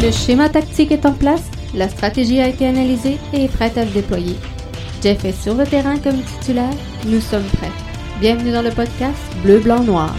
Le schéma tactique est en place, la stratégie a été analysée et est prête à se déployer. Jeff est sur le terrain comme titulaire, nous sommes prêts. Bienvenue dans le podcast Bleu, Blanc, Noir.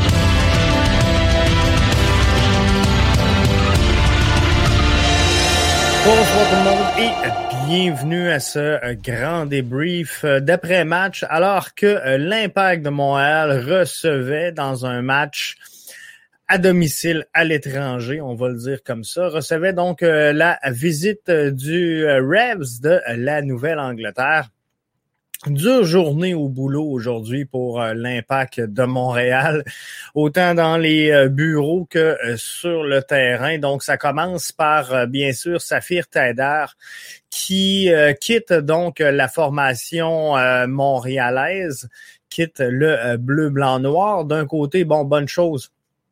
Bonsoir tout le monde et bienvenue à ce grand débrief d'après-match alors que l'Impact de Montréal recevait dans un match à domicile à l'étranger, on va le dire comme ça, recevait donc la visite du Revs de la Nouvelle-Angleterre. Dure journée au boulot aujourd'hui pour l'Impact de Montréal, autant dans les bureaux que sur le terrain. Donc, ça commence par, bien sûr, Saphir Taider qui quitte donc la formation montréalaise, quitte le bleu, blanc, noir. D'un côté, bonne chose.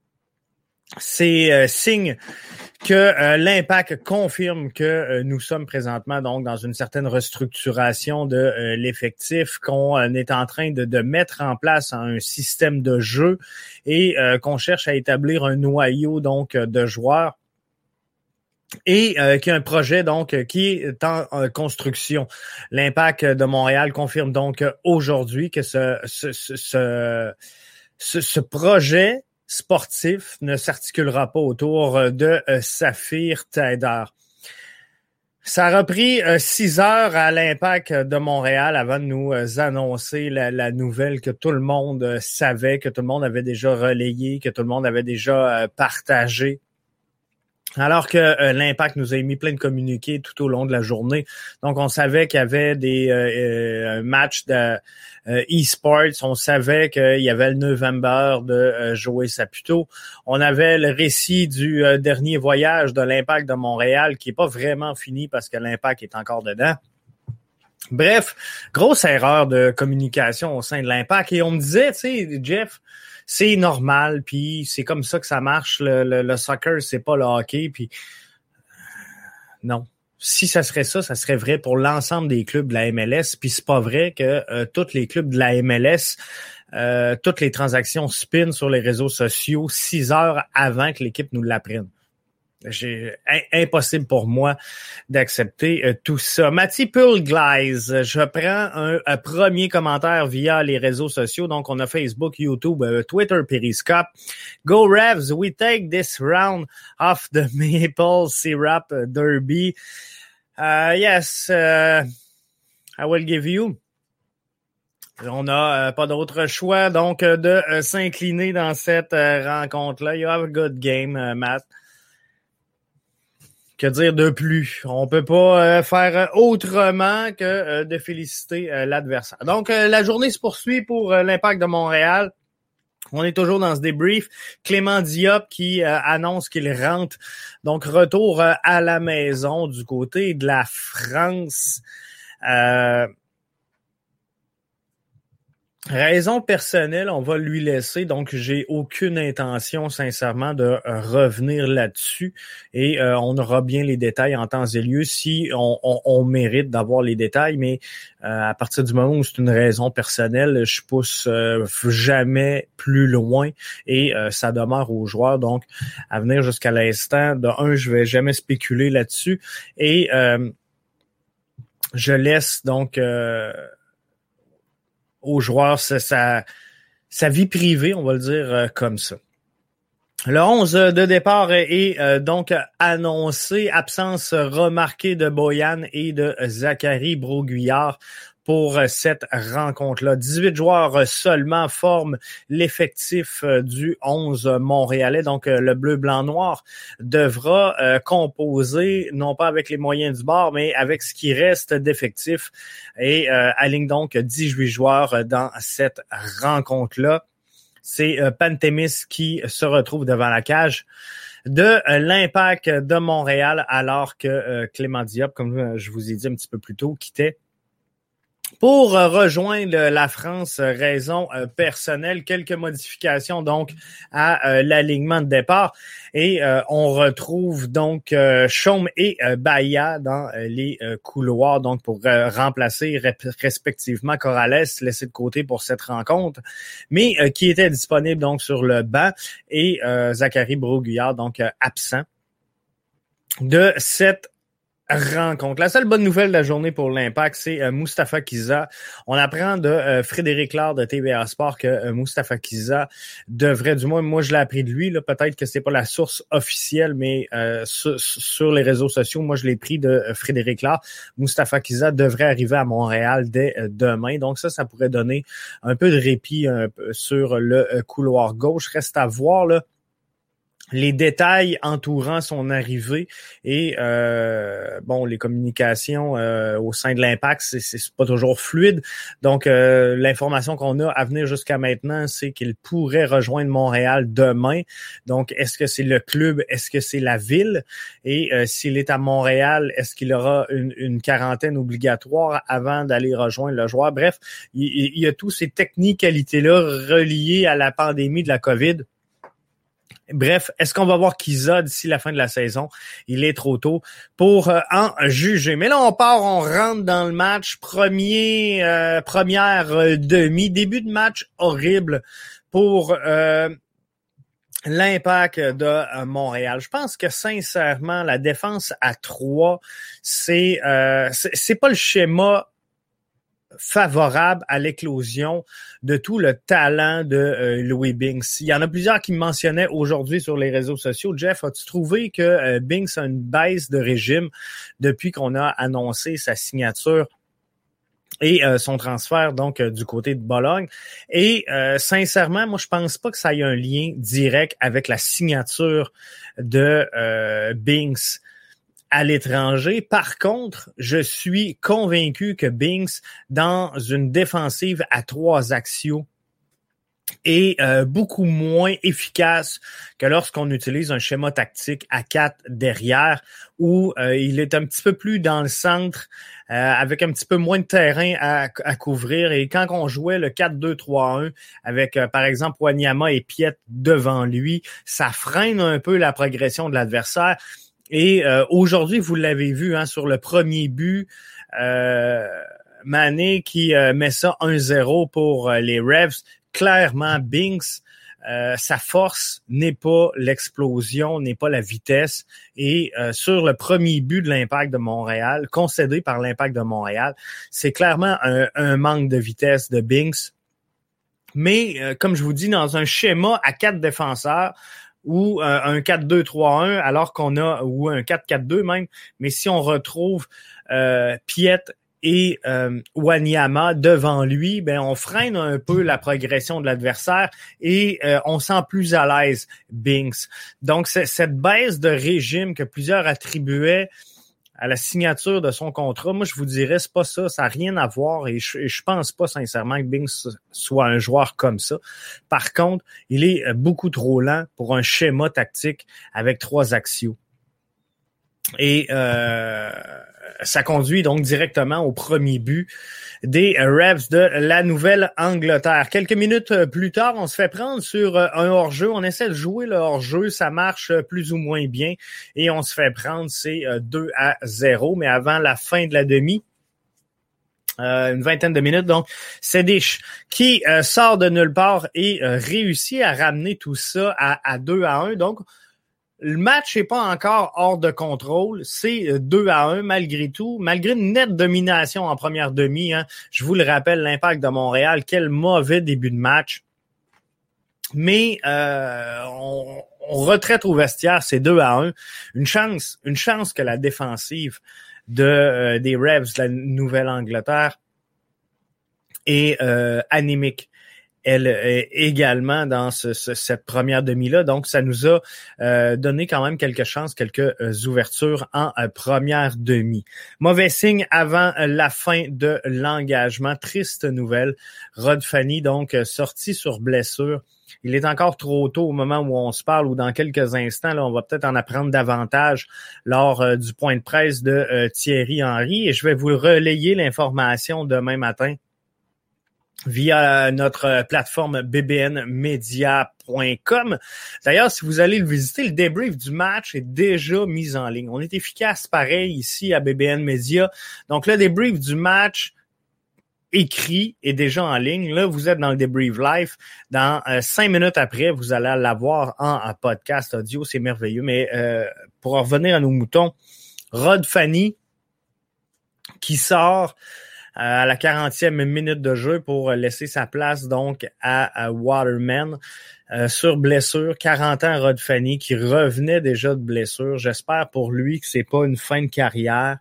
C'est signe que l'Impact confirme que nous sommes présentement donc dans une certaine restructuration de l'effectif, qu'on est en train de mettre en place un système de jeu et qu'on cherche à établir un noyau donc de joueurs et qu'il y a un projet donc qui est en construction. L'Impact de Montréal confirme donc aujourd'hui que ce projet sportif ne s'articulera pas autour de Saphir Taider. Ça a repris 6 heures à l'Impact de Montréal avant de nous annoncer la nouvelle que tout le monde savait, que tout le monde avait déjà relayé, que tout le monde avait déjà partagé. Alors que l'Impact nous a émis plein de communiqués tout au long de la journée. Donc, on savait qu'il y avait des matchs de e-sports. On savait qu'il y avait le November de Joey Saputo. On avait le récit du dernier voyage de l'Impact de Montréal qui est pas vraiment fini parce que l'Impact est encore dedans. Bref, grosse erreur de communication au sein de l'Impact. Et on me disait, tu sais, Jeff, c'est normal, puis c'est comme ça que ça marche. Le soccer, c'est pas le hockey, puis non. Si ça serait ça serait vrai pour l'ensemble des clubs de la MLS, puis c'est pas vrai que tous les clubs de la MLS, toutes les transactions spin sur les réseaux sociaux 6 heures avant que l'équipe nous l'apprenne. Impossible pour moi d'accepter tout ça. Mathieu Pulgleis, je prends un premier commentaire via les réseaux sociaux. Donc, on a Facebook, YouTube, Twitter, Periscope. Go Revs, we take this round of the Maple Syrup Derby. Yes, I will give you. On n'a pas d'autre choix, donc, de s'incliner dans cette rencontre-là. You have a good game, Matt. Que dire de plus? On peut pas faire autrement que de féliciter l'adversaire. Donc, la journée se poursuit pour l'Impact de Montréal. On est toujours dans ce débrief. Clément Diop qui annonce qu'il rentre. Donc, retour à la maison du côté de la France. Raison personnelle, on va lui laisser, donc j'ai aucune intention sincèrement de revenir là-dessus et on aura bien les détails en temps et lieu si on mérite d'avoir les détails, mais à partir du moment où c'est une raison personnelle, je pousse jamais plus loin et ça demeure aux joueurs, donc à venir jusqu'à l'instant, je vais jamais spéculer là-dessus et je laisse donc aux joueurs sa vie privée, on va le dire comme ça. Le 11 de départ est donc annoncé. Absence remarquée de Boyan et de Zachary Broguillard pour cette rencontre-là. 18 joueurs seulement forment l'effectif du 11 montréalais. Donc, le bleu, blanc, noir devra composer, non pas avec les moyens du bord, mais avec ce qui reste d'effectif et aligne donc 18 joueurs dans cette rencontre-là. C'est Pantémis qui se retrouve devant la cage de l'Impact de Montréal alors que Clément Diop, comme je vous ai dit un petit peu plus tôt, quittait pour rejoindre la France, raison personnelle, quelques modifications donc à l'alignement de départ et on retrouve donc Chaume et Bahia dans les couloirs donc pour remplacer respectivement Corrales laissé de côté pour cette rencontre, mais qui était disponible donc sur le banc et Zachary Broguillard donc absent. de cette rencontre. La seule bonne nouvelle de la journée pour l'Impact, c'est Mustapha Kizza. On apprend de Frédéric Lard de TVA Sport que Mustapha Kizza devrait, du moins moi je l'ai appris de lui, là, peut-être que c'est pas la source officielle, mais sur les réseaux sociaux, moi je l'ai pris de Frédéric Lard. Mustapha Kizza devrait arriver à Montréal dès demain. Donc ça pourrait donner un peu de répit sur le couloir gauche. Reste à voir là les détails entourant son arrivée et les communications au sein de l'Impact, c'est pas toujours fluide. Donc l'information qu'on a à venir jusqu'à maintenant, c'est qu'il pourrait rejoindre Montréal demain. Donc est-ce que c'est le club, est-ce que c'est la ville? Et s'il est à Montréal, est-ce qu'il aura une quarantaine obligatoire avant d'aller rejoindre le joueur? Bref, il y a tous ces technicalités-là reliées à la pandémie de la COVID. Bref, est-ce qu'on va voir Kizza d'ici la fin de la saison? Il est trop tôt pour en juger. Mais là, on rentre dans le match. Première demi. Début de match horrible pour l'Impact de Montréal. Je pense que sincèrement, la défense à 3, c'est pas le schéma favorable à l'éclosion de tout le talent de Louis Binks. Il y en a plusieurs qui me mentionnaient aujourd'hui sur les réseaux sociaux. Jeff, as-tu trouvé que Binks a une baisse de régime depuis qu'on a annoncé sa signature et son transfert donc du côté de Bologne? Et sincèrement, moi je pense pas que ça ait un lien direct avec la signature de Binks à l'étranger. Par contre, je suis convaincu que Binks, dans une défensive à 3 axiaux, est beaucoup moins efficace que lorsqu'on utilise un schéma tactique à 4 derrière, où il est un petit peu plus dans le centre, avec un petit peu moins de terrain à couvrir. Et quand on jouait le 4-2-3-1 avec, par exemple, Wanyama et Piet devant lui, ça freine un peu la progression de l'adversaire. Et aujourd'hui, vous l'avez vu sur le premier but, Mané qui met ça 1-0 pour les Revs. Clairement, Binks, sa force n'est pas l'explosion, n'est pas la vitesse. Et sur le premier but de l'Impact de Montréal, concédé par l'Impact de Montréal, c'est clairement un manque de vitesse de Binks. Mais comme je vous dis, dans un schéma à 4 défenseurs, ou un 4-2-3-1 alors qu'on a, ou un 4-4-2 même, mais si on retrouve Piet et Wanyama devant lui, ben on freine un peu la progression de l'adversaire et on sent plus à l'aise Binks. Donc cette baisse de régime que plusieurs attribuaient à la signature de son contrat, moi je vous dirais c'est pas ça, ça n'a rien à voir et je pense pas sincèrement que Binks soit un joueur comme ça. Par contre, il est beaucoup trop lent pour un schéma tactique avec 3 axiaux. Et ça conduit donc directement au premier but des Revs de la Nouvelle-Angleterre. Quelques minutes plus tard, on se fait prendre sur un hors-jeu. On essaie de jouer le hors-jeu, ça marche plus ou moins bien et on se fait prendre, c'est 2-0. Mais avant la fin de la demi, une vingtaine de minutes, donc Sedic qui sort de nulle part et réussit à ramener tout ça à 2-1. Donc, le match n'est pas encore hors de contrôle. C'est 2-1 malgré tout, malgré une nette domination en première demi. Je vous le rappelle, l'Impact de Montréal, quel mauvais début de match. Mais on retraite au vestiaire, c'est 2-1. Une chance que la défensive des Revs de la Nouvelle-Angleterre est anémique. Elle est également dans cette première demi-là. Donc, ça nous a donné quand même quelques chances, quelques ouvertures en première demi. Mauvais signe avant la fin de l'engagement. Triste nouvelle. Rod Fanny, donc, sorti sur blessure. Il est encore trop tôt au moment où on se parle ou dans quelques instants. Là, on va peut-être en apprendre davantage lors du point de presse de Thierry Henry. Et je vais vous relayer l'information demain matin via notre plateforme bbnmedia.com. D'ailleurs, si vous allez le visiter, le débrief du match est déjà mis en ligne. On est efficace pareil ici à BBN Media. Donc, le débrief du match écrit est déjà en ligne. Là, vous êtes dans le Débrief Live. Dans 5 minutes après, vous allez l'avoir en podcast audio. C'est merveilleux. Mais pour revenir à nos moutons, Rod Fanny qui sort à la 40e minute de jeu pour laisser sa place donc à Waterman sur blessure. 40 ans, Rod Fanny qui revenait déjà de blessure. J'espère pour lui que c'est pas une fin de carrière.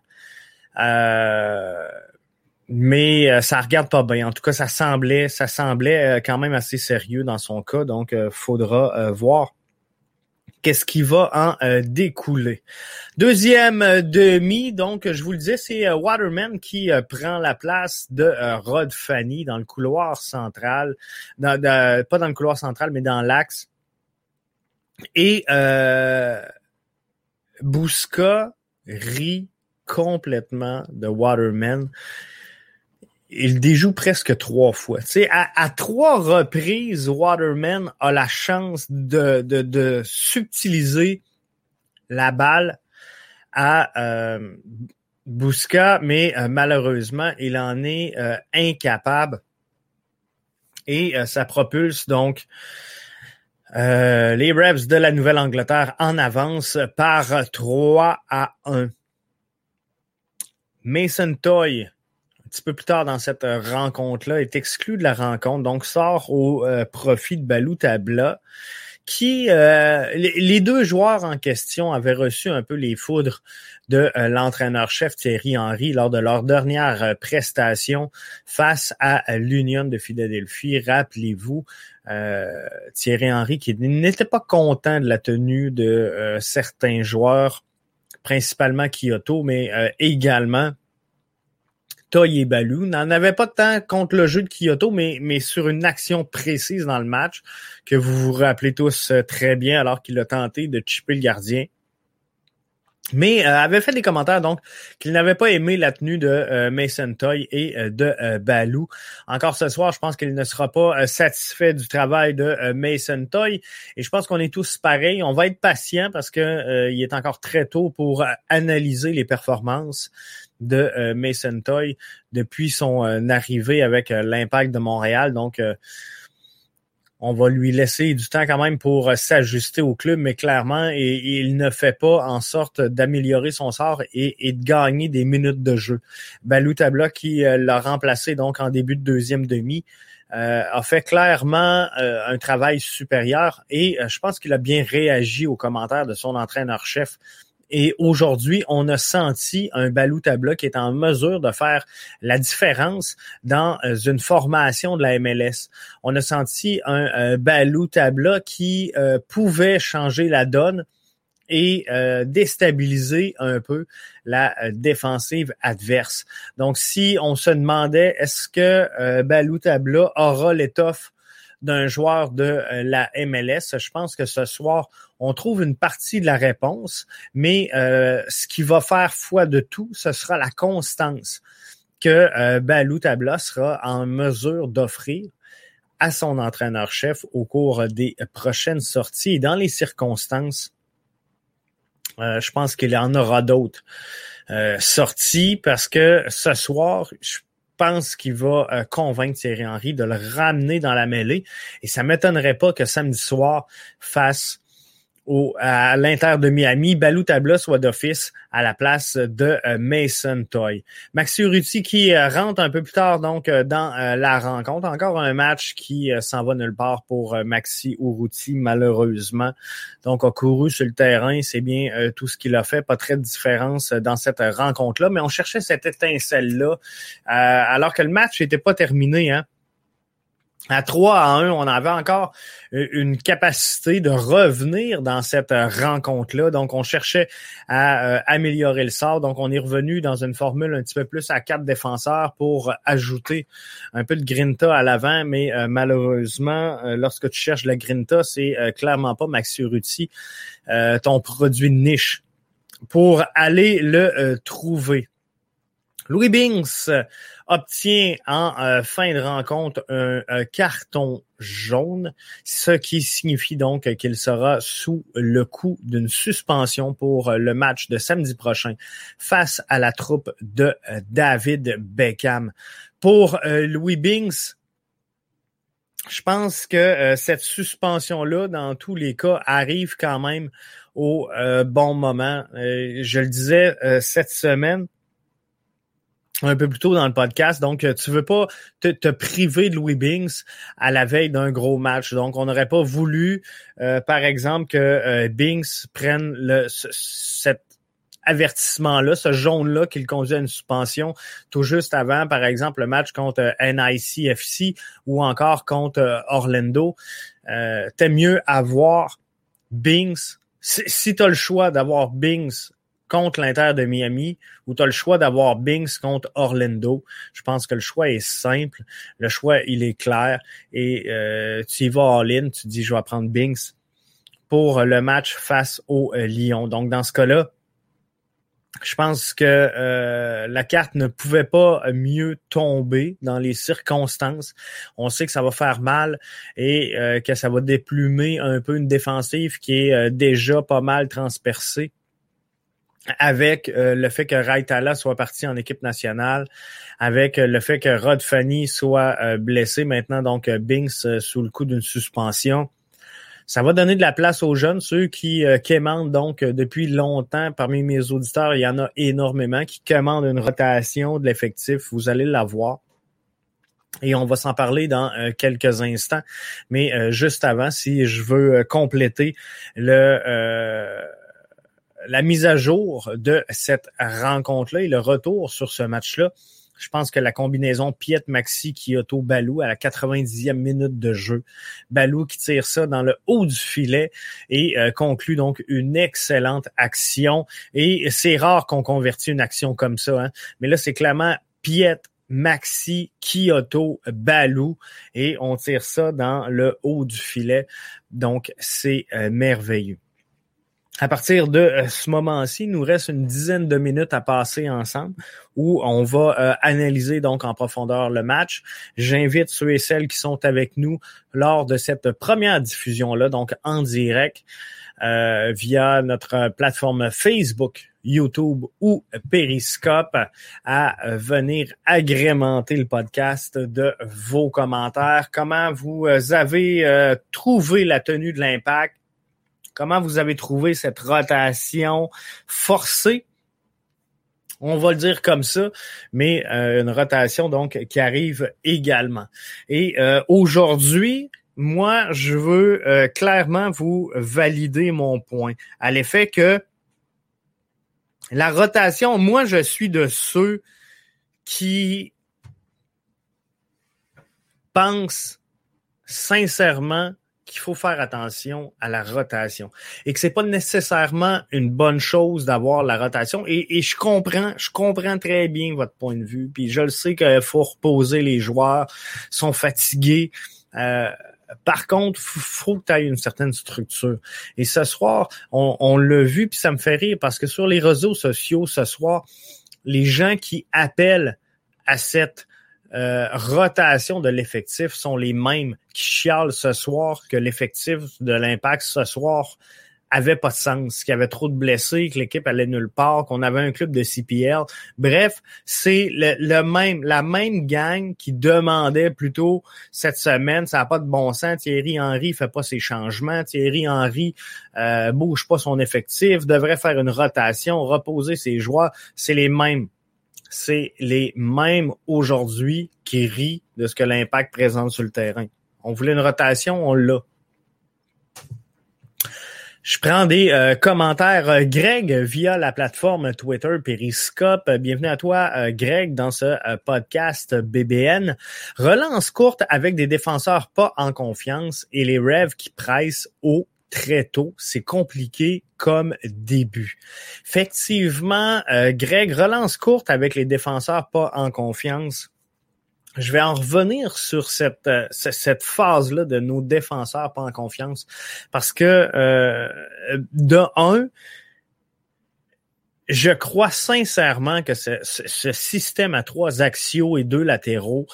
Mais ça regarde pas bien. En tout cas, ça semblait quand même assez sérieux dans son cas. Donc, faudra voir qu'est-ce qui va en découler. Deuxième demi, donc je vous le disais, c'est Waterman qui prend la place de Rod Fanny dans le couloir central, pas dans le couloir central, mais dans l'axe. Et Bouska rit complètement de Waterman. Il déjoue presque 3 fois. Tu sais, à 3 reprises, Waterman a la chance de subtiliser la balle à Bouska, mais malheureusement, il en est incapable. Et ça propulse donc les Rebs de la Nouvelle-Angleterre en avance par 3-1. Mason Toye, un petit peu plus tard dans cette rencontre-là, est exclu de la rencontre, donc sort au profit de Balou Tabla, qui, les deux joueurs en question avaient reçu un peu les foudres de l'entraîneur-chef Thierry Henry lors de leur dernière prestation face à l'Union de Philadelphie. Rappelez-vous, Thierry Henry qui n'était pas content de la tenue de certains joueurs, principalement Kyoto, mais également Toye et Balou. N'en avait pas tant contre le jeu de Kyoto, mais sur une action précise dans le match que vous vous rappelez tous très bien alors qu'il a tenté de chipper le gardien. Mais avait fait des commentaires donc qu'il n'avait pas aimé la tenue de Mason Toye et de Balou. Encore ce soir, je pense qu'il ne sera pas satisfait du travail de Mason Toye et je pense qu'on est tous pareils. On va être patient parce que il est encore très tôt pour analyser les performances de Mason Toye depuis son arrivée avec l'Impact de Montréal. Donc on va lui laisser du temps quand même pour s'ajuster au club, mais clairement, il ne fait pas en sorte d'améliorer son sort et de gagner des minutes de jeu. Balou Tabla, qui l'a remplacé donc en début de deuxième demi, a fait clairement un travail supérieur et je pense qu'il a bien réagi aux commentaires de son entraîneur-chef. Et aujourd'hui, on a senti un Balou Tabla qui est en mesure de faire la différence dans une formation de la MLS. On a senti un Balou Tabla qui pouvait changer la donne et déstabiliser un peu la défensive adverse. Donc, si on se demandait est-ce que Balou Tabla aura l'étoffe d'un joueur de la MLS, je pense que ce soir, on trouve une partie de la réponse, mais ce qui va faire foi de tout, ce sera la constance que Balou Tabla sera en mesure d'offrir à son entraîneur-chef au cours des prochaines sorties. Et dans les circonstances, je pense qu'il y en aura d'autres sorties parce que ce soir, je pense qu'il va convaincre Thierry Henry de le ramener dans la mêlée. Et ça m'étonnerait pas que samedi soir, face à l'Inter de Miami, Balou Tabla soit d'office à la place de Mason Toye. Maxi Urruti qui rentre un peu plus tard donc dans la rencontre. Encore un match qui s'en va nulle part pour Maxi Urruti, malheureusement. Donc a couru sur le terrain, c'est bien tout ce qu'il a fait. Pas très de différence dans cette rencontre-là, mais on cherchait cette étincelle-là alors que le match n'était pas terminé, hein. À 3-1, on avait encore une capacité de revenir dans cette rencontre-là. Donc, on cherchait à améliorer le sort. Donc, on est revenu dans une formule un petit peu plus à 4 défenseurs pour ajouter un peu de grinta à l'avant. Mais malheureusement, lorsque tu cherches la grinta, c'est clairement pas Maxi Urruti, ton produit de niche, pour aller le trouver. Louis Binks obtient en fin de rencontre un carton jaune, ce qui signifie donc qu'il sera sous le coup d'une suspension pour le match de samedi prochain face à la troupe de David Beckham. Pour Louis Binks, je pense que cette suspension-là, dans tous les cas, arrive quand même au bon moment. Je le disais cette semaine, un peu plus tôt dans le podcast. Donc, tu veux pas te priver de Louis Binks à la veille d'un gros match. Donc, on n'aurait pas voulu, par exemple, que Binks prenne cet avertissement-là, ce jaune-là qui le conduit à une suspension tout juste avant, par exemple, le match contre NICFC ou encore contre Orlando. T'aimes mieux avoir Binks. Si tu as le choix d'avoir Binks contre l'Inter de Miami ou tu as le choix d'avoir Binks contre Orlando, je pense que le choix est simple. Le choix, il est clair. Et tu y vas all-in, tu te dis, je vais prendre Binks pour le match face au Lyon. Donc, dans ce cas-là, je pense que la carte ne pouvait pas mieux tomber dans les circonstances. On sait que ça va faire mal et que ça va déplumer un peu une défensive qui est déjà pas mal transpercée avec le fait que Raitala soit parti en équipe nationale, avec le fait que Rod Fanny soit blessé maintenant, donc Binks sous le coup d'une suspension. Ça va donner de la place aux jeunes, ceux qui quémandent donc depuis longtemps. Parmi mes auditeurs, il y en a énormément qui commandent une rotation de l'effectif. Vous allez la voir. Et on va s'en parler dans quelques instants. Mais juste avant, si je veux compléter la mise à jour de cette rencontre-là et le retour sur ce match-là, je pense que la combinaison Piet-Maxi Kyoto Balou à la 90e minute de jeu. Balou qui tire ça dans le haut du filet et conclut donc une excellente action. Et c'est rare qu'on convertit une action comme ça, hein. Mais là, c'est clairement Piet-Maxi Kyoto Balou et on tire ça dans le haut du filet. Donc, c'est merveilleux. À partir de ce moment-ci, il nous reste une dizaine de minutes à passer ensemble où on va analyser donc en profondeur le match. J'invite ceux et celles qui sont avec nous lors de cette première diffusion-là, donc en direct, via notre plateforme Facebook, YouTube ou Periscope, à venir agrémenter le podcast de vos commentaires. Comment vous avez trouvé la tenue de l'Impact? Comment vous avez trouvé cette rotation forcée? On va le dire comme ça, mais une rotation donc qui arrive également. Et aujourd'hui, moi, je veux clairement vous valider mon point à l'effet que la rotation, moi, je suis de ceux qui pensent sincèrement qu'il faut faire attention à la rotation et que c'est pas nécessairement une bonne chose d'avoir la rotation et je comprends très bien votre point de vue puis je le sais qu'il faut reposer les joueurs, sont fatigués. Par contre, faut que tu aies une certaine structure. Et ce soir, on l'a vu puis ça me fait rire parce que sur les réseaux sociaux ce soir, les gens qui appellent à cette rotation de l'effectif sont les mêmes qui chialent ce soir que l'effectif de l'Impact ce soir avait pas de sens, qu'il y avait trop de blessés, que l'équipe allait nulle part, qu'on avait un club de CPL. Bref, c'est la même gang qui demandait plutôt cette semaine, ça n'a pas de bon sens, Thierry Henry fait pas ses changements, Thierry Henry bouge pas son effectif, devrait faire une rotation, reposer ses joueurs, c'est les mêmes. C'est les mêmes aujourd'hui qui rient de ce que l'Impact présente sur le terrain. On voulait une rotation, on l'a. Je prends des commentaires. Greg, via la plateforme Twitter Periscope. Bienvenue à toi, Greg, dans ce podcast BBN. Relance courte avec des défenseurs pas en confiance et les Revs qui pressent haut très tôt. C'est compliqué comme début. Effectivement, Greg, relance courte avec les défenseurs pas en confiance. Je vais en revenir sur cette phase-là de nos défenseurs pas en confiance parce que, de un, je crois sincèrement que ce système à 3 axiaux et 2 latéraux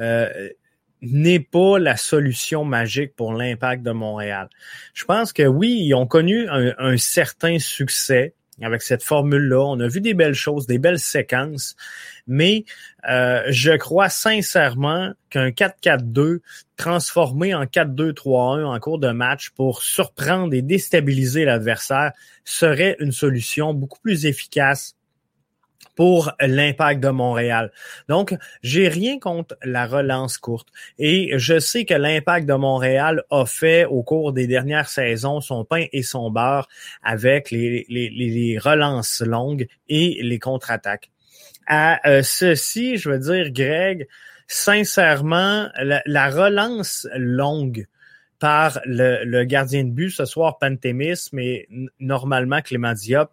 n'est pas la solution magique pour l'Impact de Montréal. Je pense que oui, ils ont connu un certain succès avec cette formule-là. On a vu des belles choses, des belles séquences, mais je crois sincèrement qu'un 4-4-2 transformé en 4-2-3-1 en cours de match pour surprendre et déstabiliser l'adversaire serait une solution beaucoup plus efficace pour l'Impact de Montréal. Donc, j'ai rien contre la relance courte. Et je sais que l'Impact de Montréal a fait au cours des dernières saisons son pain et son beurre avec les relances longues et les contre-attaques. À ceci, je veux dire, Greg, sincèrement, la relance longue par le gardien de but, ce soir Pantémis, mais normalement Clément Diop,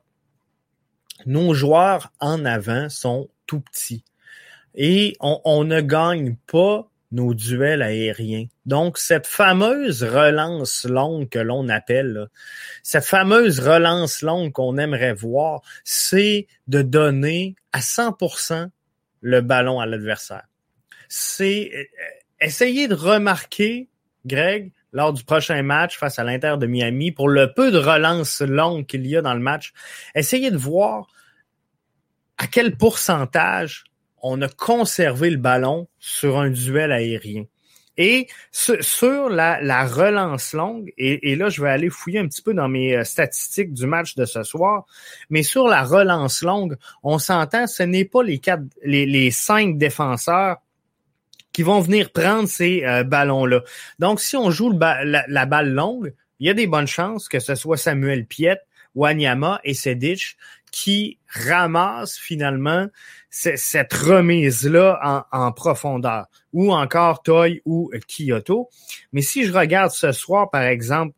nos joueurs en avant sont tout petits et on ne gagne pas nos duels aériens. Donc, cette fameuse relance longue que l'on appelle, là, cette fameuse relance longue qu'on aimerait voir, c'est de donner à 100% le ballon à l'adversaire. C'est essayer de remarquer, Greg, lors du prochain match face à l'Inter de Miami, pour le peu de relance longue qu'il y a dans le match, essayez de voir à quel pourcentage on a conservé le ballon sur un duel aérien. Et sur la relance longue, et là, je vais aller fouiller un petit peu dans mes statistiques du match de ce soir, mais sur la relance longue, on s'entend, ce n'est pas les 5 défenseurs qui vont venir prendre ces ballons-là. Donc, si on joue la balle longue, il y a des bonnes chances que ce soit Samuel Piette, Wanyama et Sedic qui ramassent finalement cette remise-là en profondeur, ou encore Toye ou Kyoto. Mais si je regarde ce soir, par exemple,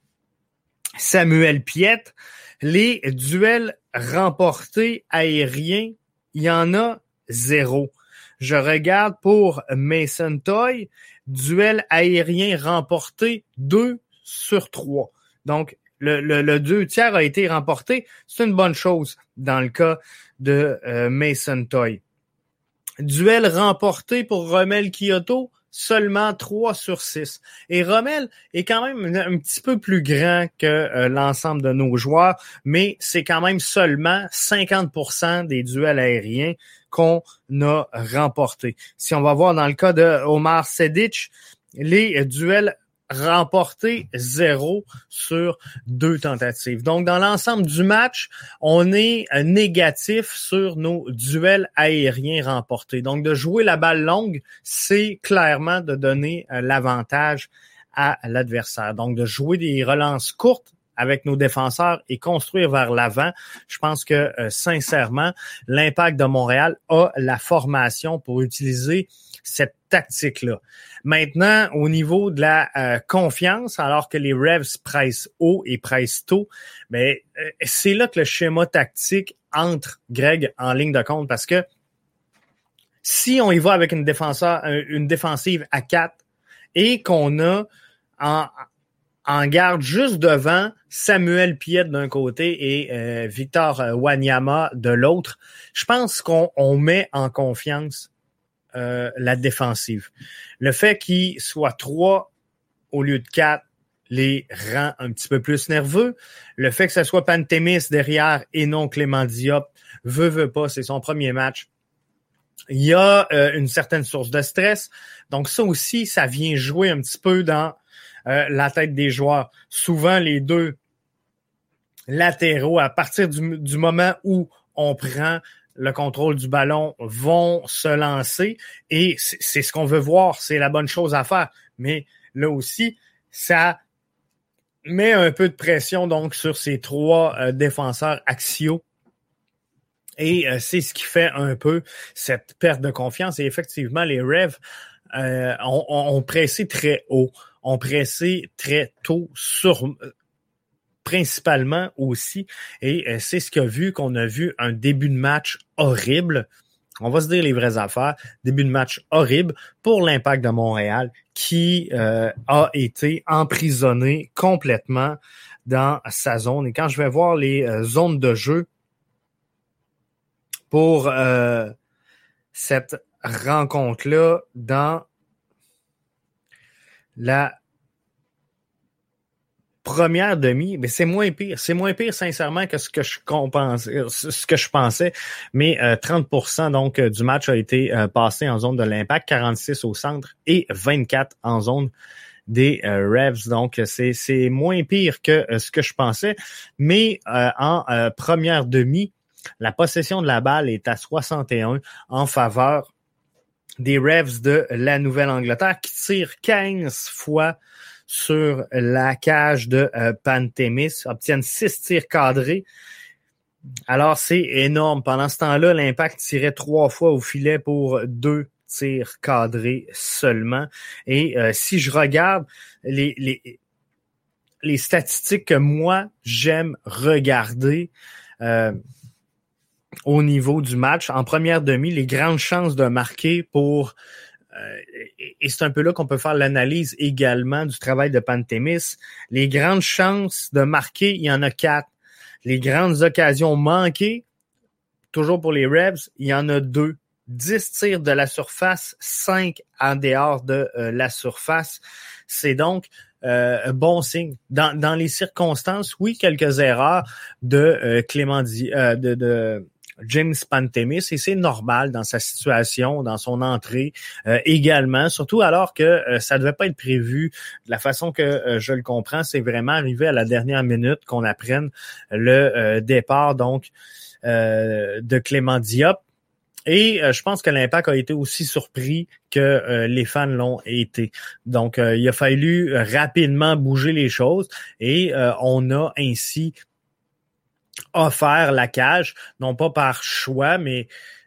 Samuel Piette, les duels remportés aériens, il y en a 0. Je regarde pour Mason Toye, duel aérien remporté 2 sur 3. Donc, le 2/3 a été remporté. C'est une bonne chose dans le cas de Mason Toye. Duel remporté pour Romel Kyoto, seulement 3 sur 6. Et Romel est quand même un petit peu plus grand que l'ensemble de nos joueurs, mais c'est quand même seulement 50% des duels aériens qu'on a remportés. Si on va voir dans le cas de Omar Sedic, les duels remporté 0 sur 2 tentatives. Donc, dans l'ensemble du match, on est négatif sur nos duels aériens remportés. Donc, de jouer la balle longue, c'est clairement de donner l'avantage à l'adversaire. Donc, de jouer des relances courtes avec nos défenseurs et construire vers l'avant, je pense que, sincèrement, l'Impact de Montréal a la formation pour utiliser cette tactique-là. Maintenant, au niveau de la confiance, alors que les Revs pressent haut et pressent tôt, ben, c'est là que le schéma tactique entre, Greg, en ligne de compte, parce que si on y va avec une défensive à 4 et qu'on a en garde juste devant Samuel Piette d'un côté et Victor Wanyama de l'autre, je pense qu'on met en confiance la défensive. Le fait qu'il soit 3 au lieu de 4 les rend un petit peu plus nerveux. Le fait que ce soit Pantémis derrière et non Clément Diop, veut pas, c'est son premier match. Il y a une certaine source de stress. Donc ça aussi, ça vient jouer un petit peu dans la tête des joueurs. Souvent, les 2 latéraux, à partir du moment où on prend le contrôle du ballon, vont se lancer et c'est ce qu'on veut voir, c'est la bonne chose à faire. Mais là aussi, ça met un peu de pression donc sur ces 3 défenseurs axiaux et c'est ce qui fait un peu cette perte de confiance. Et effectivement, les Revs ont pressé très haut, ont pressé très tôt principalement aussi, et c'est ce qu'a vu qu'on a vu un début de match horrible. On va se dire les vraies affaires. Début de match horrible pour l'Impact de Montréal qui a été emprisonné complètement dans sa zone. Et quand je vais voir les zones de jeu pour cette rencontre-là dans la première demi, mais c'est moins pire. C'est moins pire, sincèrement, que ce que je pensais. Mais 30% donc du match a été passé en zone de l'Impact, 46 au centre et 24 en zone des Revs. Donc, c'est moins pire que ce que je pensais. Mais en première demi, la possession de la balle est à 61 en faveur des Revs de la Nouvelle-Angleterre qui tirent 15 fois sur la cage de Pantémis, obtiennent 6 tirs cadrés. Alors, c'est énorme. Pendant ce temps-là, l'Impact tirait 3 fois au filet pour 2 tirs cadrés seulement. Et si je regarde les statistiques que moi, j'aime regarder au niveau du match, en première demi, les grandes chances de marquer pour... et c'est un peu là qu'on peut faire l'analyse également du travail de Pantémis. Les grandes chances de marquer, il y en a 4. Les grandes occasions manquées, toujours pour les Revs, il y en a 2. 10 tirs de la surface, 5 en dehors de la surface. C'est donc bon signe. Dans les circonstances, oui, quelques erreurs de de James Pantémis, et c'est normal dans sa situation, dans son entrée également, surtout alors que ça devait pas être prévu. De la façon que je le comprends, c'est vraiment arrivé à la dernière minute qu'on apprenne le départ donc de Clément Diop. Et je pense que l'Impact a été aussi surpris que les fans l'ont été. Donc, il a fallu rapidement bouger les choses et on a ainsi offert la cage, non pas par choix, mais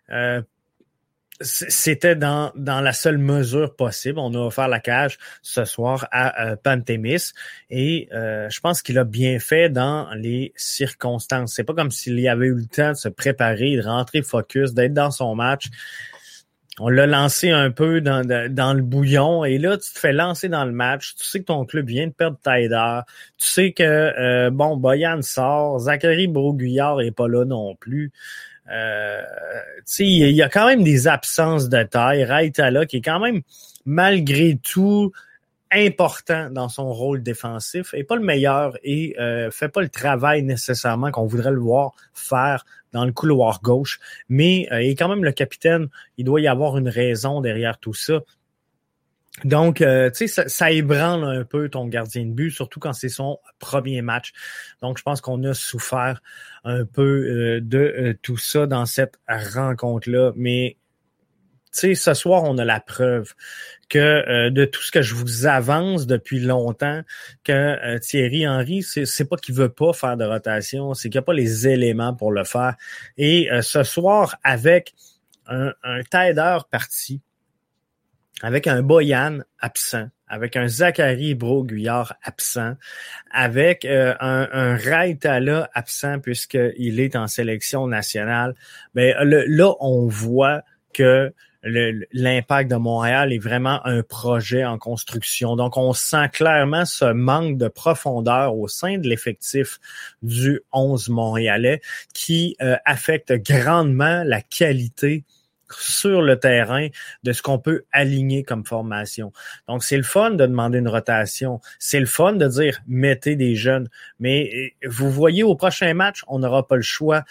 c'était dans la seule mesure possible. On a offert la cage ce soir à Pantémis et je pense qu'il a bien fait dans les circonstances. C'est pas comme s'il y avait eu le temps de se préparer, de rentrer focus, d'être dans son match. On l'a lancé un peu dans le bouillon et là, tu te fais lancer dans le match. Tu sais que ton club vient de perdre Taider. Tu sais que, Boyan sort. Zachary Broguillard est pas là non plus. Tu sais, il y a quand même des absences de taille. Raitala qui est quand même, malgré tout, important dans son rôle défensif, est pas le meilleur et fait pas le travail nécessairement qu'on voudrait le voir faire dans le couloir gauche, mais il est quand même le capitaine. Il doit y avoir une raison derrière tout ça. Donc, tu sais, ça ébranle un peu ton gardien de but, surtout quand c'est son premier match. Donc, je pense qu'on a souffert un peu de tout ça dans cette rencontre-là. Mais, tu sais, ce soir, on a la preuve que de tout ce que je vous avance depuis longtemps, que Thierry Henry, c'est pas qu'il veut pas faire de rotation, c'est qu'il n'y a pas les éléments pour le faire. Et ce soir, avec un Taider parti, avec un Boyan absent, avec un Zachary Broguillard absent, avec un Raitala absent puisqu'il est en sélection nationale, ben là, on voit que l'Impact de Montréal est vraiment un projet en construction. Donc, on sent clairement ce manque de profondeur au sein de l'effectif du 11 montréalais qui affecte grandement la qualité sur le terrain de ce qu'on peut aligner comme formation. Donc, c'est le fun de demander une rotation. C'est le fun de dire « mettez des jeunes ». Mais vous voyez, au prochain match, on n'aura pas le choix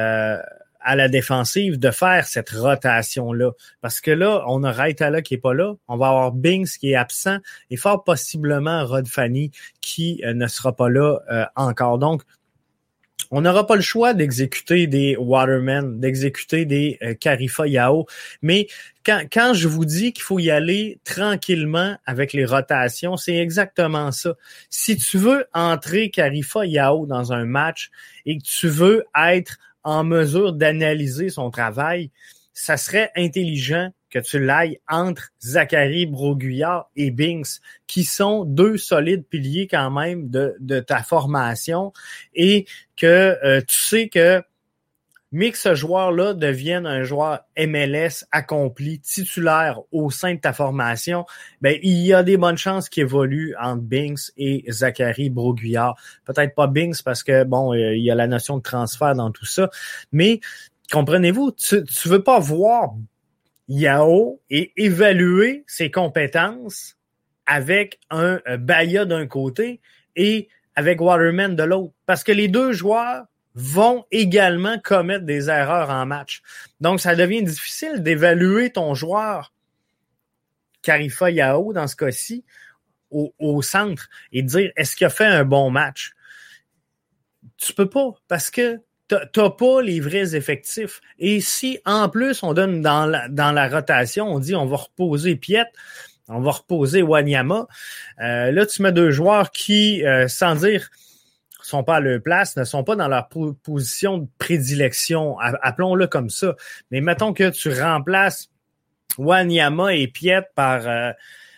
à la défensive de faire cette rotation-là. Parce que là, on a Raitala qui est pas là, on va avoir Binks qui est absent et fort possiblement Rod Fanny qui ne sera pas là encore. Donc, on n'aura pas le choix d'exécuter des Waterman, d'exécuter des Karifa Yao, mais quand je vous dis qu'il faut y aller tranquillement avec les rotations, c'est exactement ça. Si tu veux entrer Karifa Yao dans un match et que tu veux être en mesure d'analyser son travail, ça serait intelligent que tu l'ailles entre Zachary Broguillard et Binks, qui sont 2 solides piliers quand même de ta formation, et que tu sais que mais que ce joueur-là devienne un joueur MLS accompli, titulaire au sein de ta formation, ben il y a des bonnes chances qu'il évolue entre Binks et Zachary Broguillard. Peut-être pas Binks parce que bon, il y a la notion de transfert dans tout ça, mais Comprenez-vous? Tu veux pas voir Yao et évaluer ses compétences avec un Baya d'un côté et avec Waterman de l'autre. Parce que les deux joueurs vont également commettre des erreurs en match. Donc, ça devient difficile d'évaluer ton joueur, Karifa Yao, dans ce cas-ci, au centre et dire est-ce qu'il a fait un bon match? Tu peux pas, parce que t'as pas les vrais effectifs. Et si, en plus, on donne dans la rotation, on dit on va reposer Piet, on va reposer Wanyama, là, tu mets deux joueurs qui, sans dire sont pas à leur place, ne sont pas dans leur position de prédilection, appelons-le comme ça. Mais mettons que tu remplaces Wanyama et Piet par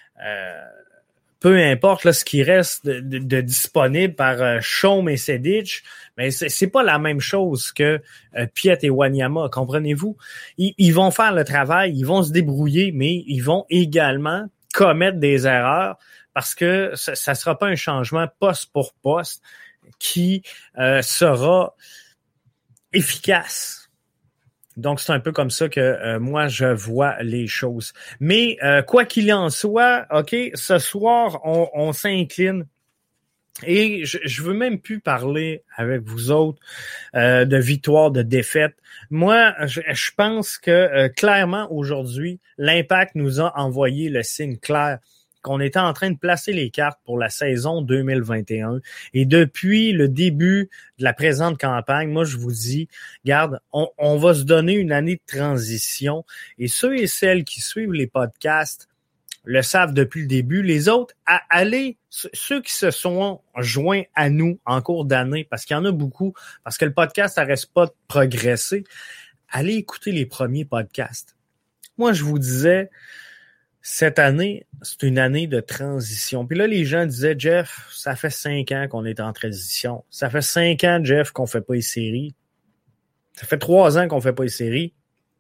peu importe là, ce qui reste de disponible par Chaume et Sedic, mais c'est pas la même chose que Piet et Wanyama, comprenez-vous? Ils vont faire le travail, ils vont se débrouiller, mais ils vont également commettre des erreurs parce que ça sera pas un changement poste pour poste qui sera efficace. Donc, c'est un peu comme ça que moi, je vois les choses. Mais quoi qu'il en soit, OK, ce soir, on s'incline. Et je veux même plus parler avec vous autres de victoire, de défaite. Moi, je pense que clairement, aujourd'hui, l'Impact nous a envoyé le signe clair qu'on était en train de placer les cartes pour la saison 2021. Et depuis le début de la présente campagne, moi, je vous dis, regarde, on va se donner une année de transition. Et ceux et celles qui suivent les podcasts le savent depuis le début. Les autres, allez, ceux qui se sont joints à nous en cours d'année, parce qu'il y en a beaucoup, parce que le podcast, ça reste pas de progresser, allez écouter les premiers podcasts. Moi, je vous disais, cette année, c'est une année de transition. Puis là, les gens disaient, Jeff, ça fait 5 ans qu'on est en transition. Ça fait 5 ans, Jeff, qu'on fait pas les séries. Ça fait 3 ans qu'on fait pas les séries.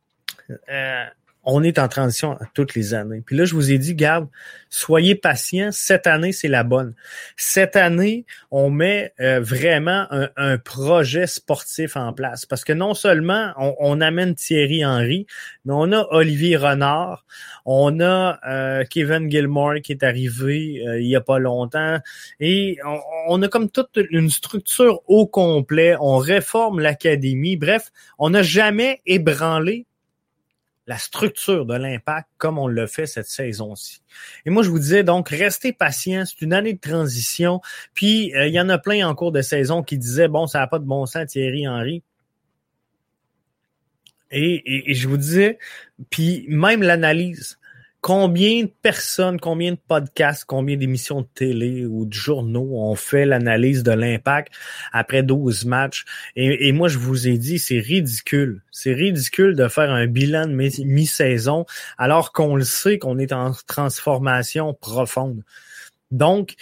On est en transition toutes les années. Puis là, je vous ai dit, garde, soyez patients. Cette année, c'est la bonne. Cette année, on met vraiment un projet sportif en place. Parce que non seulement on amène Thierry Henry, mais on a Olivier Renard, on a Kevin Gilmore qui est arrivé il y a pas longtemps. Et on a comme toute une structure au complet. On réforme l'académie. Bref, on n'a jamais ébranlé la structure de l'Impact comme on l'a fait cette saison-ci. Et moi, je vous disais donc, restez patients, c'est une année de transition. Puis, il y en a plein en cours de saison qui disaient, bon, ça n'a pas de bon sens, Thierry Henry. Et je vous disais, puis même l'analyse, combien de personnes, combien de podcasts, combien d'émissions de télé ou de journaux ont fait l'analyse de l'Impact après 12 matchs. Et moi, je vous ai dit, c'est ridicule. C'est ridicule de faire un bilan de mi-saison alors qu'on le sait qu'on est en transformation profonde. Donc,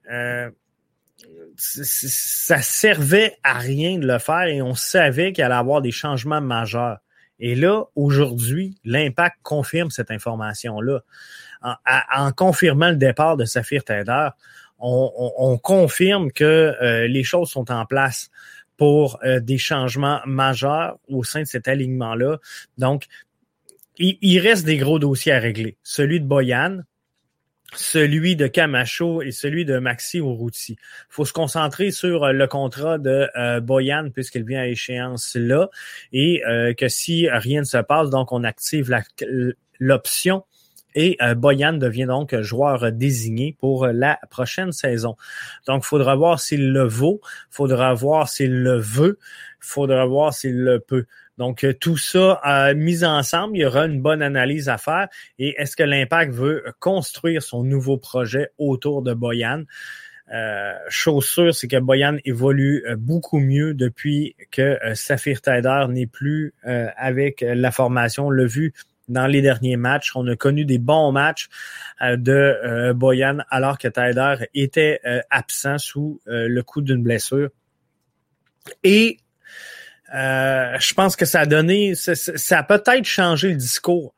ça servait à rien de le faire et on savait qu'il allait y avoir des changements majeurs. Et là, aujourd'hui, l'Impact confirme cette information-là. En confirmant le départ de Saphir Taider, on confirme que les choses sont en place pour des changements majeurs au sein de cet alignement-là. Donc, il reste des gros dossiers à régler. Celui de Boyan, celui de Camacho et celui de Maxi Urruti. Il faut se concentrer sur le contrat de Boyan puisqu'il vient à échéance là et que si rien ne se passe, donc on active l'option et Boyan devient donc joueur désigné pour la prochaine saison. Donc, il faudra voir s'il le vaut, il faudra voir s'il le veut, il faudra voir s'il le peut. Donc, tout ça mis ensemble, il y aura une bonne analyse à faire. Et est-ce que l'Impact veut construire son nouveau projet autour de Boyan? Chose sûre, c'est que Boyan évolue beaucoup mieux depuis que Saphir Taider n'est plus avec la formation. On l'a vu dans les derniers matchs. On a connu des bons matchs de Boyan alors que Taider était absent sous le coup d'une blessure. Et je pense que ça a donné, ça a peut-être changé le discours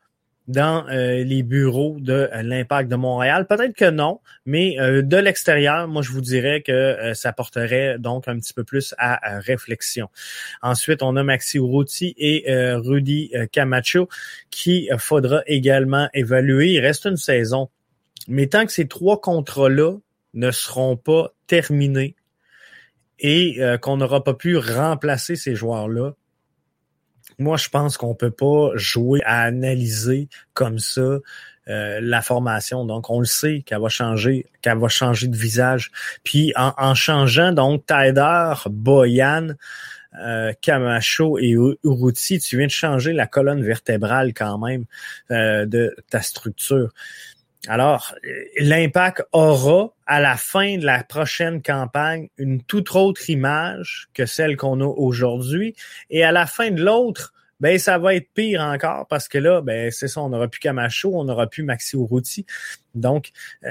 dans les bureaux de l'Impact de Montréal? Peut-être que non, mais de l'extérieur, moi, je vous dirais que ça porterait donc un petit peu plus à réflexion. Ensuite, on a Maxi Urruti et Rudy Camacho qui faudra également évaluer. Il reste une saison, mais tant que ces 3 contrats-là ne seront pas terminés et qu'on n'aura pas pu remplacer ces joueurs-là, moi, je pense qu'on peut pas jouer à analyser comme ça la formation. Donc, on le sait qu'elle va changer de visage. Puis, en changeant, donc, Taider, Boyan, Camacho et Urruti, tu viens de changer la colonne vertébrale quand même de ta structure. Alors, l'Impact aura, à la fin de la prochaine campagne, une toute autre image que celle qu'on a aujourd'hui. Et à la fin de l'autre, ben ça va être pire encore parce que là, ben c'est ça, on n'aura plus Camacho, on n'aura plus Maxi Urruti. Donc,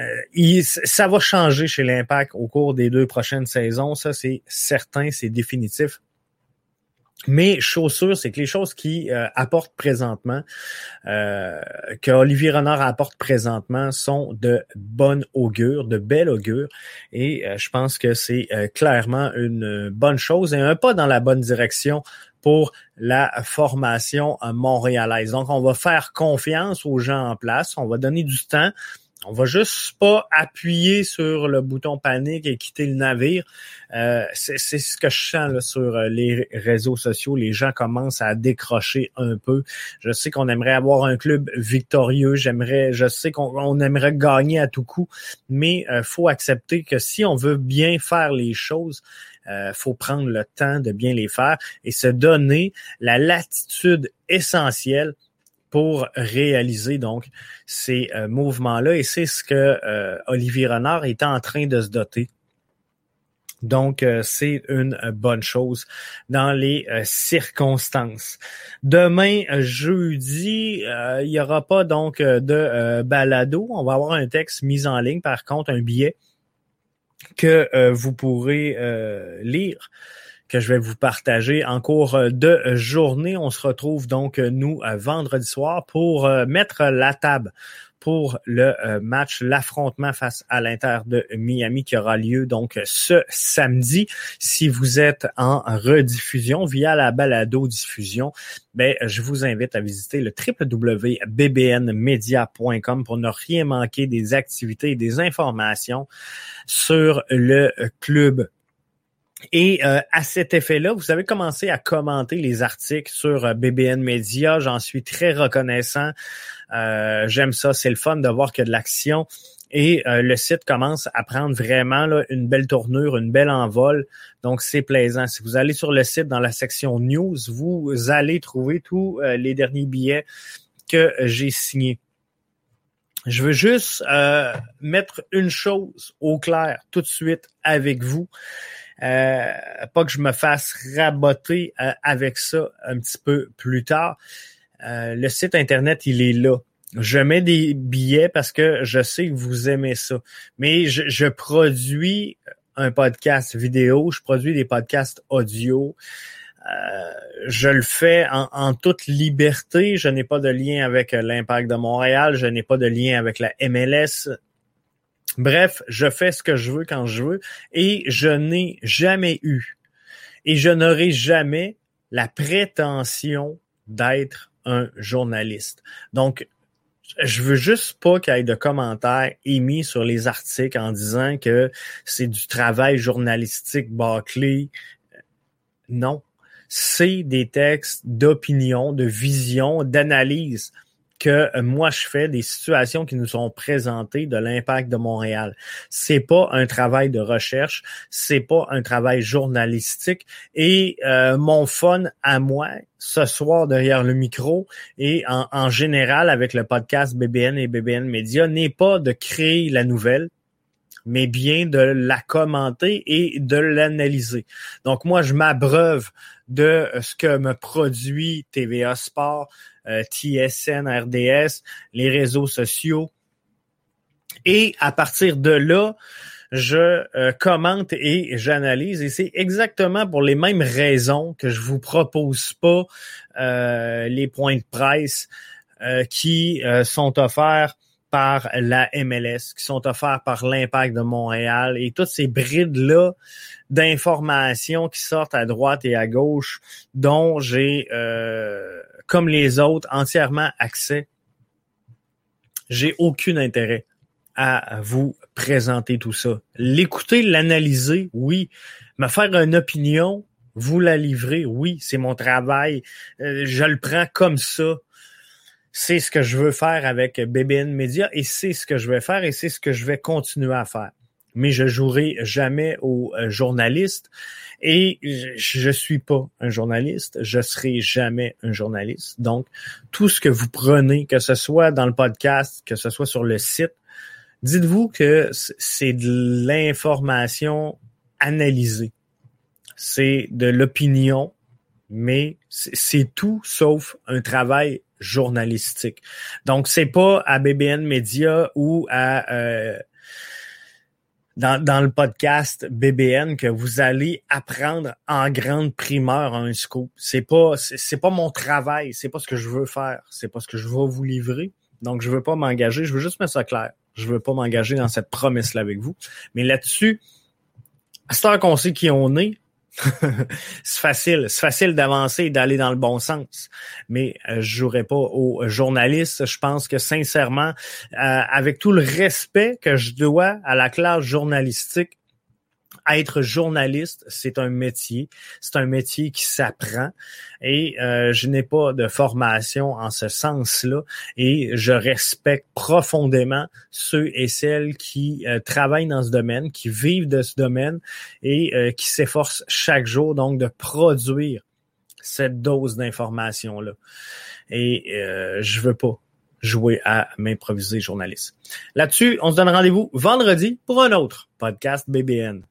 ça va changer chez l'Impact au cours des 2 prochaines saisons. Ça, c'est certain, c'est définitif. Mais chose sûre, c'est que les choses qui apportent présentement, que Olivier Renard apporte présentement, sont de bonne augure, de belle augure. Et je pense que c'est clairement une bonne chose et un pas dans la bonne direction pour la formation montréalaise. Donc, on va faire confiance aux gens en place, on va donner du temps. On va juste pas appuyer sur le bouton panique et quitter le navire. C'est ce que je sens là, sur les réseaux sociaux. Les gens commencent à décrocher un peu. Je sais qu'on aimerait avoir un club victorieux. Je sais qu'on aimerait gagner à tout coup. Mais faut accepter que si on veut bien faire les choses, faut prendre le temps de bien les faire et se donner la latitude essentielle pour réaliser donc ces mouvements-là. Et c'est ce que Olivier Renard est en train de se doter. Donc, c'est une bonne chose dans les circonstances. Demain, jeudi, il n'y aura pas donc de balado. On va avoir un texte mis en ligne, par contre, un billet que vous pourrez lire, que je vais vous partager en cours de journée. On se retrouve donc, nous, vendredi soir pour mettre la table pour le match, l'affrontement face à l'Inter de Miami qui aura lieu donc ce samedi. Si vous êtes en rediffusion via la balado-diffusion, ben je vous invite à visiter le www.bbnmedia.com pour ne rien manquer des activités et des informations sur le club. Et à cet effet-là, vous avez commencé à commenter les articles sur BBN Media. J'en suis très reconnaissant. J'aime ça, c'est le fun de voir qu'il y a de l'action. Et le site commence à prendre vraiment là, une belle tournure, une belle envol. Donc, c'est plaisant. Si vous allez sur le site, dans la section News, vous allez trouver tous les derniers billets que j'ai signés. Je veux juste mettre une chose au clair tout de suite avec vous. Pas que je me fasse raboter avec ça un petit peu plus tard. Le site Internet, il est là. Je mets des billets parce que je sais que vous aimez ça. Mais je produis un podcast vidéo, je produis des podcasts audio. Je le fais en toute liberté. Je n'ai pas de lien avec l'Impact de Montréal. Je n'ai pas de lien avec la MLS. Bref, je fais ce que je veux quand je veux et je n'ai jamais eu et je n'aurai jamais la prétention d'être un journaliste. Donc, je veux juste pas qu'il y ait de commentaires émis sur les articles en disant que c'est du travail journalistique bâclé. Non, c'est des textes d'opinion, de vision, d'analyse que moi je fais des situations qui nous sont présentées de l'Impact de Montréal. C'est pas un travail de recherche, c'est pas un travail journalistique et mon fun à moi ce soir derrière le micro et en général avec le podcast BBN et BBN Media n'est pas de créer la nouvelle, mais bien de la commenter et de l'analyser. Donc moi, je m'abreuve de ce que me produit TVA Sport, TSN, RDS, les réseaux sociaux. Et à partir de là, je commente et j'analyse. Et c'est exactement pour les mêmes raisons que je vous propose pas les points de presse qui sont offerts par la MLS, qui sont offerts par l'Impact de Montréal et toutes ces brides-là d'informations qui sortent à droite et à gauche dont j'ai, comme les autres, entièrement accès. J'ai aucun intérêt à vous présenter tout ça. L'écouter, l'analyser, oui. Me faire une opinion, vous la livrer, oui, c'est mon travail. Je le prends comme ça. C'est ce que je veux faire avec BBN Media et c'est ce que je vais faire et c'est ce que je vais continuer à faire. Mais je jouerai jamais aux journalistes et je suis pas un journaliste, je serai jamais un journaliste. Donc, tout ce que vous prenez, que ce soit dans le podcast, que ce soit sur le site, dites-vous que c'est de l'information analysée. C'est de l'opinion, mais c'est tout sauf un travail journalistique. Donc, c'est pas à BBN Media ou à dans le podcast BBN que vous allez apprendre en grande primeur un scoop. C'est pas mon travail, c'est pas ce que je veux faire, c'est pas ce que je vais vous livrer. Donc, je veux pas m'engager, je veux juste mettre ça clair. Je veux pas m'engager dans cette promesse-là avec vous. Mais là-dessus, à cette heure qu'on sait qui on est, c'est facile d'avancer et d'aller dans le bon sens. Mais je jouerai pas aux journalistes. Je pense que sincèrement, avec tout le respect que je dois à la classe journalistique, être journaliste, c'est un métier qui s'apprend et je n'ai pas de formation en ce sens-là et je respecte profondément ceux et celles qui travaillent dans ce domaine, qui vivent de ce domaine et qui s'efforcent chaque jour donc de produire cette dose d'information-là. Et je veux pas jouer à m'improviser journaliste. Là-dessus, on se donne rendez-vous vendredi pour un autre podcast BBN.